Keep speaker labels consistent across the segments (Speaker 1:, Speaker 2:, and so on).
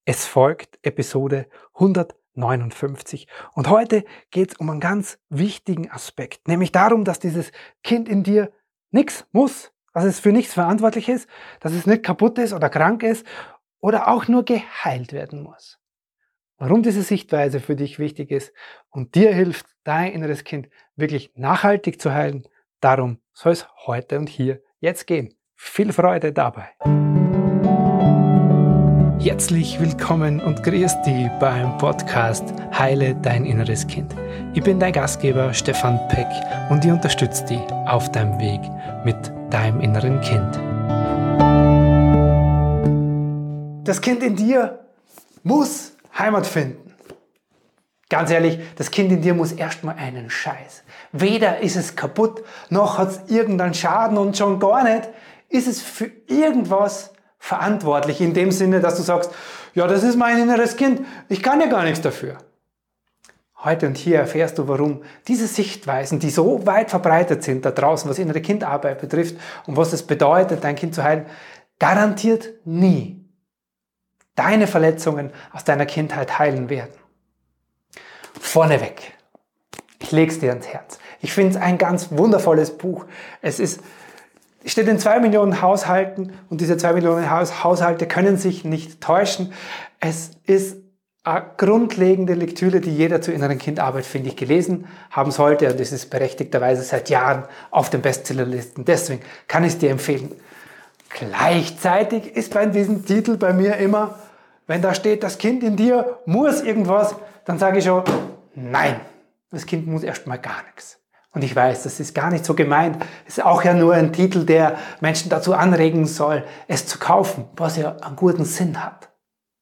Speaker 1: Es folgt Episode 159 und heute geht es um einen ganz wichtigen Aspekt, nämlich darum, dass dieses Kind in dir nichts muss, dass es für nichts verantwortlich ist, dass es nicht kaputt ist oder krank ist oder auch nur geheilt werden muss. Warum diese Sichtweise für dich wichtig ist und dir hilft, dein inneres Kind wirklich nachhaltig zu heilen, darum soll es heute und hier jetzt gehen. Viel Freude dabei! Herzlich willkommen und grüß dich beim Podcast Heile dein inneres Kind. Ich bin dein Gastgeber Stefan Peck und ich unterstütze dich auf deinem Weg mit deinem inneren Kind. Das Kind in dir muss Heimat finden. Ganz ehrlich, das Kind in dir muss erstmal einen Scheiß. Weder ist es kaputt, noch hat es irgendeinen Schaden und schon gar nicht ist es für irgendwas verantwortlich, in dem Sinne, dass du sagst, ja, das ist mein inneres Kind, ich kann ja gar nichts dafür. Heute und hier erfährst du, warum diese Sichtweisen, die so weit verbreitet sind da draußen, was innere Kindarbeit betrifft und was es bedeutet, dein Kind zu heilen, garantiert nie deine Verletzungen aus deiner Kindheit heilen werden. Vorneweg, ich lege es dir ans Herz. Ich finde es ein ganz wundervolles Buch. Es steht in 2 Millionen Haushalten und diese 2 Millionen Haushalte können sich nicht täuschen. Es ist eine grundlegende Lektüre, die jeder zur inneren Kindarbeit, finde ich, gelesen haben sollte und es ist berechtigterweise seit Jahren auf den Bestsellerlisten. Deswegen kann ich es dir empfehlen. Gleichzeitig ist bei diesem Titel bei mir immer, wenn da steht, das Kind in dir muss irgendwas, dann sage ich schon, nein, das Kind muss erstmal gar nichts. Und ich weiß, das ist gar nicht so gemeint. Es ist auch ja nur ein Titel, der Menschen dazu anregen soll, es zu kaufen, was ja einen guten Sinn hat.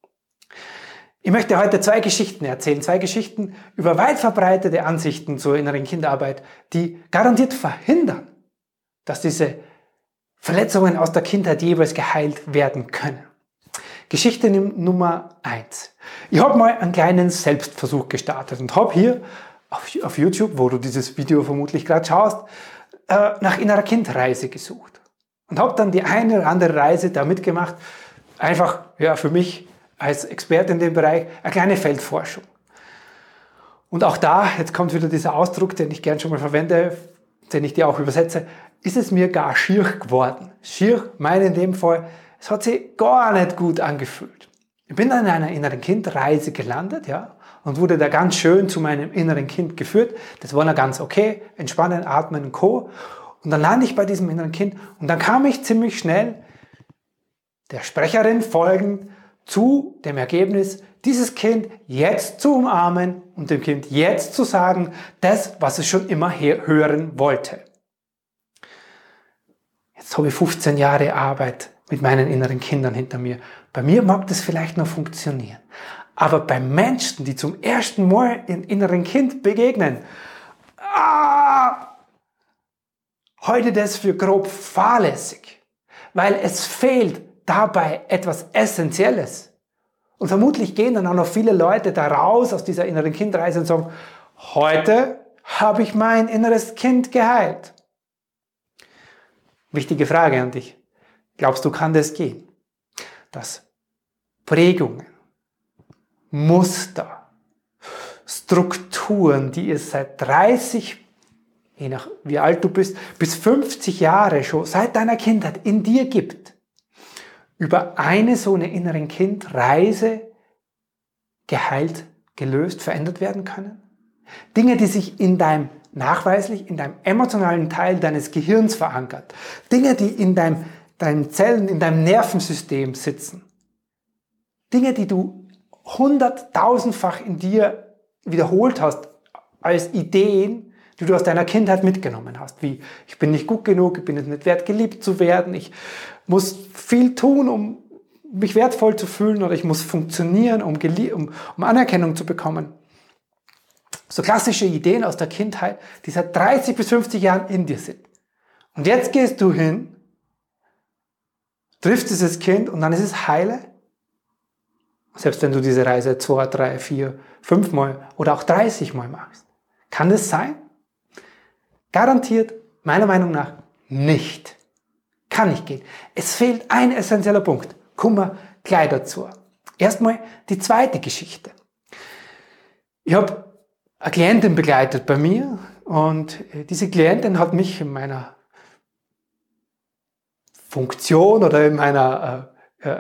Speaker 1: Ich möchte heute 2 Geschichten erzählen, 2 Geschichten über weit verbreitete Ansichten zur inneren Kindarbeit, die garantiert verhindern, dass diese Verletzungen aus der Kindheit jeweils geheilt werden können. Geschichte Nummer 1. Ich habe mal einen kleinen Selbstversuch gestartet und habe hier auf YouTube, wo du dieses Video vermutlich gerade schaust, nach innerer Kindreise gesucht. Und habe dann die eine oder andere Reise da mitgemacht. Einfach für mich als Experte in dem Bereich eine kleine Feldforschung. Und auch da, jetzt kommt wieder dieser Ausdruck, den ich gern schon mal verwende, den ich dir auch übersetze, ist es mir gar schier geworden. Schier meine in dem Fall, es hat sich gar nicht gut angefühlt. Ich bin dann in einer inneren Kindreise gelandet, und wurde da ganz schön zu meinem inneren Kind geführt. Das war dann ganz okay, entspannen, atmen und Co. Und dann lande ich bei diesem inneren Kind und dann kam ich ziemlich schnell der Sprecherin folgend zu dem Ergebnis, dieses Kind jetzt zu umarmen und dem Kind jetzt zu sagen, das, was es schon immer hören wollte. Jetzt habe ich 15 Jahre Arbeit mit meinen inneren Kindern hinter mir. Bei mir mag das vielleicht noch funktionieren. Aber bei Menschen, die zum ersten Mal ihrem inneren Kind begegnen, halte das für grob fahrlässig, weil es fehlt dabei etwas Essentielles. Und vermutlich gehen dann auch noch viele Leute da raus aus dieser inneren Kindreise und sagen, heute habe ich mein inneres Kind geheilt. Wichtige Frage an dich. Glaubst du, kann das gehen? Dass Prägungen, Muster, Strukturen, die es seit 30, je nach wie alt du bist, bis 50 Jahre schon seit deiner Kindheit in dir gibt, über eine so eine inneren Kindreise geheilt, gelöst, verändert werden können? Dinge, die sich nachweislich in deinem emotionalen Teil deines Gehirns verankert. Dinge, die in deinen Zellen, in deinem Nervensystem sitzen. Dinge, die du 100.000-fach in dir wiederholt hast als Ideen, die du aus deiner Kindheit mitgenommen hast. Wie, ich bin nicht gut genug, ich bin es nicht wert, geliebt zu werden, ich muss viel tun, um mich wertvoll zu fühlen oder ich muss funktionieren, um Anerkennung zu bekommen. So klassische Ideen aus der Kindheit, die seit 30 bis 50 Jahren in dir sind. Und jetzt gehst du hin, triffst dieses Kind und dann ist es heile. Selbst wenn du diese Reise 2, 3, 4, 5 Mal oder auch 30 Mal machst. Kann das sein? Garantiert, meiner Meinung nach, nicht. Kann nicht gehen. Es fehlt ein essentieller Punkt. Kommen wir gleich dazu. Erstmal die zweite Geschichte. Ich habe eine Klientin begleitet bei mir und diese Klientin hat mich in meiner Funktion oder in meiner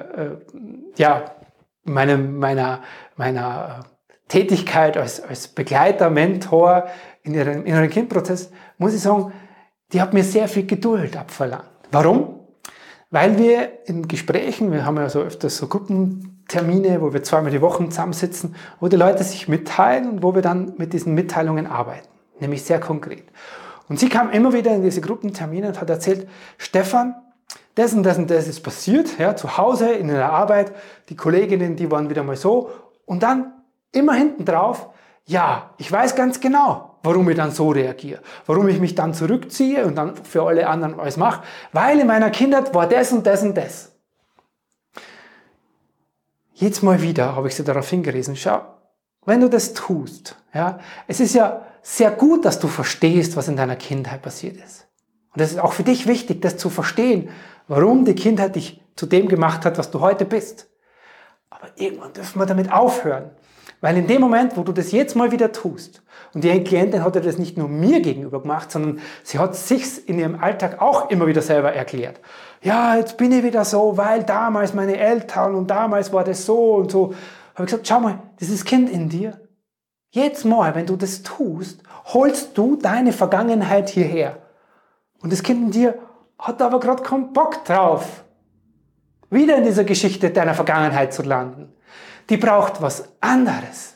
Speaker 1: Tätigkeit als Begleiter, Mentor in ihrem inneren Kindprozess, muss ich sagen, die hat mir sehr viel Geduld abverlangt. Warum? Weil wir in Gesprächen, wir haben ja so öfters so Gruppentermine, wo wir zweimal die Woche zusammensitzen, wo die Leute sich mitteilen und wo wir dann mit diesen Mitteilungen arbeiten, nämlich sehr konkret. Und sie kam immer wieder in diese Gruppentermine und hat erzählt, Stefan, das und das und das ist passiert, ja, zu Hause, in der Arbeit, die Kolleginnen, die waren wieder mal so und dann immer hinten drauf, ja, ich weiß ganz genau, warum ich dann so reagiere, warum ich mich dann zurückziehe und dann für alle anderen alles mache, weil in meiner Kindheit war das und das und das. Jetzt mal wieder habe ich sie darauf hingewiesen, schau, wenn du das tust, ja, es ist ja sehr gut, dass du verstehst, was in deiner Kindheit passiert ist. Und es ist auch für dich wichtig, das zu verstehen, warum die Kindheit dich zu dem gemacht hat, was du heute bist. Aber irgendwann dürfen wir damit aufhören. Weil in dem Moment, wo du das jetzt mal wieder tust, und die Klientin hat das nicht nur mir gegenüber gemacht, sondern sie hat sich's in ihrem Alltag auch immer wieder selber erklärt. Ja, jetzt bin ich wieder so, weil damals meine Eltern und damals war das so und so. Habe ich gesagt, schau mal, dieses Kind in dir, jetzt mal, wenn du das tust, holst du deine Vergangenheit hierher. Und das Kind in dir hat aber gerade keinen Bock drauf, wieder in dieser Geschichte deiner Vergangenheit zu landen. Die braucht was anderes.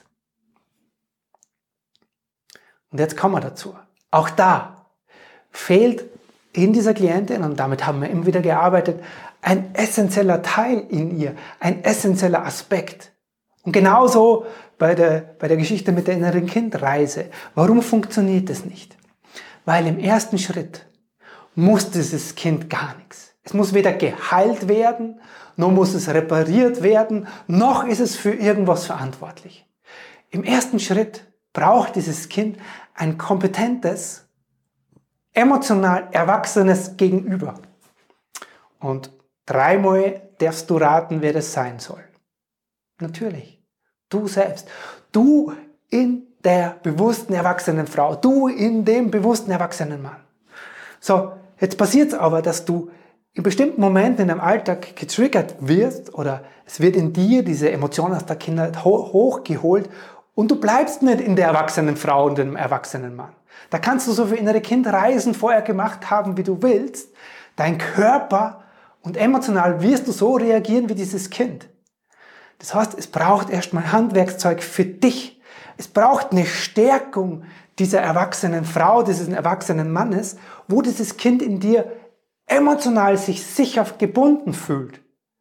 Speaker 1: Und jetzt kommen wir dazu. Auch da fehlt in dieser Klientin, und damit haben wir immer wieder gearbeitet, ein essentieller Teil in ihr, ein essentieller Aspekt. Und genauso bei der Geschichte mit der inneren Kindreise. Warum funktioniert das nicht? Weil im ersten Schritt muss dieses Kind gar nichts. Es muss weder geheilt werden, noch muss es repariert werden, noch ist es für irgendwas verantwortlich. Im ersten Schritt braucht dieses Kind ein kompetentes, emotional erwachsenes Gegenüber. Und 3-mal darfst du raten, wer das sein soll. Natürlich, du selbst. Du in der bewussten erwachsenen Frau, du in dem bewussten erwachsenen Mann. So, jetzt passiert es aber, dass du in bestimmten Momenten in deinem Alltag getriggert wirst oder es wird in dir diese Emotion aus der Kindheit hochgeholt und du bleibst nicht in der erwachsenen Frau und dem erwachsenen Mann. Da kannst du so viele innere Kindreisen vorher gemacht haben, wie du willst. Dein Körper und emotional wirst du so reagieren wie dieses Kind. Das heißt, es braucht erstmal Handwerkszeug für dich. Es braucht eine Stärkung dieser erwachsenen Frau, dieses erwachsenen Mannes, wo dieses Kind in dir emotional sich sicher gebunden fühlt.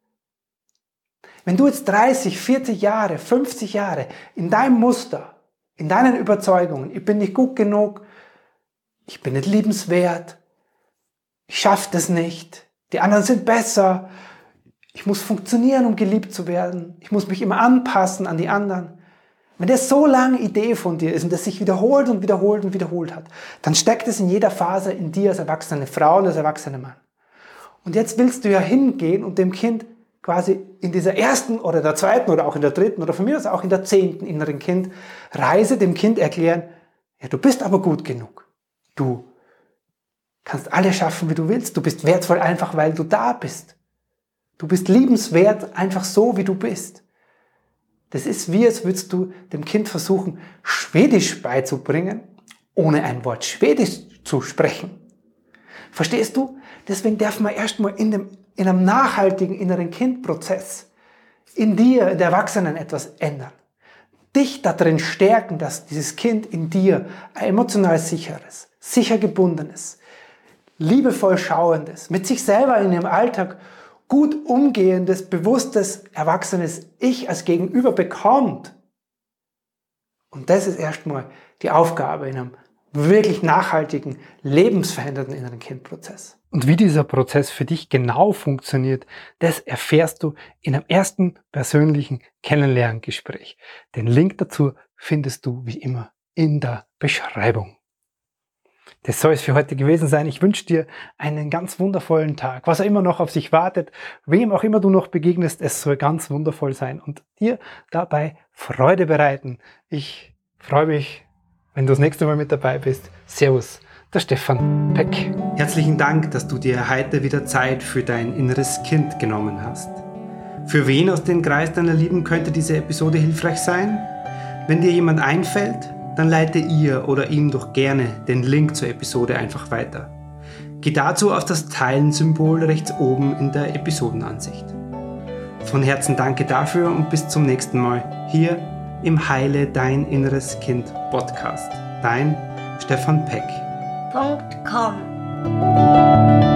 Speaker 1: Wenn du jetzt 30, 40 Jahre, 50 Jahre in deinem Muster, in deinen Überzeugungen, ich bin nicht gut genug, ich bin nicht liebenswert, ich schaffe das nicht, die anderen sind besser, ich muss funktionieren, um geliebt zu werden, ich muss mich immer anpassen an die anderen. Wenn das so lange Idee von dir ist und das sich wiederholt und wiederholt und wiederholt hat, dann steckt es in jeder Phase in dir als erwachsene Frau und als erwachsener Mann. Und jetzt willst du ja hingehen und dem Kind quasi in dieser ersten oder der zweiten oder auch in der dritten oder von mir aus auch in der 10. inneren Kindreise dem Kind erklären, ja, du bist aber gut genug. Du kannst alles schaffen, wie du willst. Du bist wertvoll einfach, weil du da bist. Du bist liebenswert einfach so, wie du bist. Das ist wie, als würdest du dem Kind versuchen, Schwedisch beizubringen, ohne ein Wort Schwedisch zu sprechen. Verstehst du? Deswegen darf man erstmal in einem nachhaltigen inneren Kindprozess in dir, in der Erwachsenen etwas ändern. Dich darin stärken, dass dieses Kind in dir ein emotional sicheres, sicher gebundenes, liebevoll schauendes, mit sich selber in ihrem Alltag gut umgehendes, bewusstes, erwachsenes Ich als Gegenüber bekommt. Und das ist erstmal die Aufgabe in einem wirklich nachhaltigen, lebensverändernden inneren Kindprozess. Und wie dieser Prozess für dich genau funktioniert, das erfährst du in einem ersten persönlichen Kennenlerngespräch. Den Link dazu findest du wie immer in der Beschreibung. Das soll es für heute gewesen sein. Ich wünsche dir einen ganz wundervollen Tag. Was auch immer noch auf sich wartet, wem auch immer du noch begegnest, es soll ganz wundervoll sein und dir dabei Freude bereiten. Ich freue mich, wenn du das nächste Mal mit dabei bist. Servus, der Stefan Peck. Herzlichen Dank, dass du dir heute wieder Zeit für dein inneres Kind genommen hast. Für wen aus dem Kreis deiner Lieben könnte diese Episode hilfreich sein? Wenn dir jemand einfällt, dann leite ihr oder ihm doch gerne den Link zur Episode einfach weiter. Geh dazu auf das Teilen-Symbol rechts oben in der Episodenansicht. Von Herzen danke dafür und bis zum nächsten Mal hier im Heile Dein Inneres Kind Podcast. Dein Stefan Peck.
Speaker 2: .com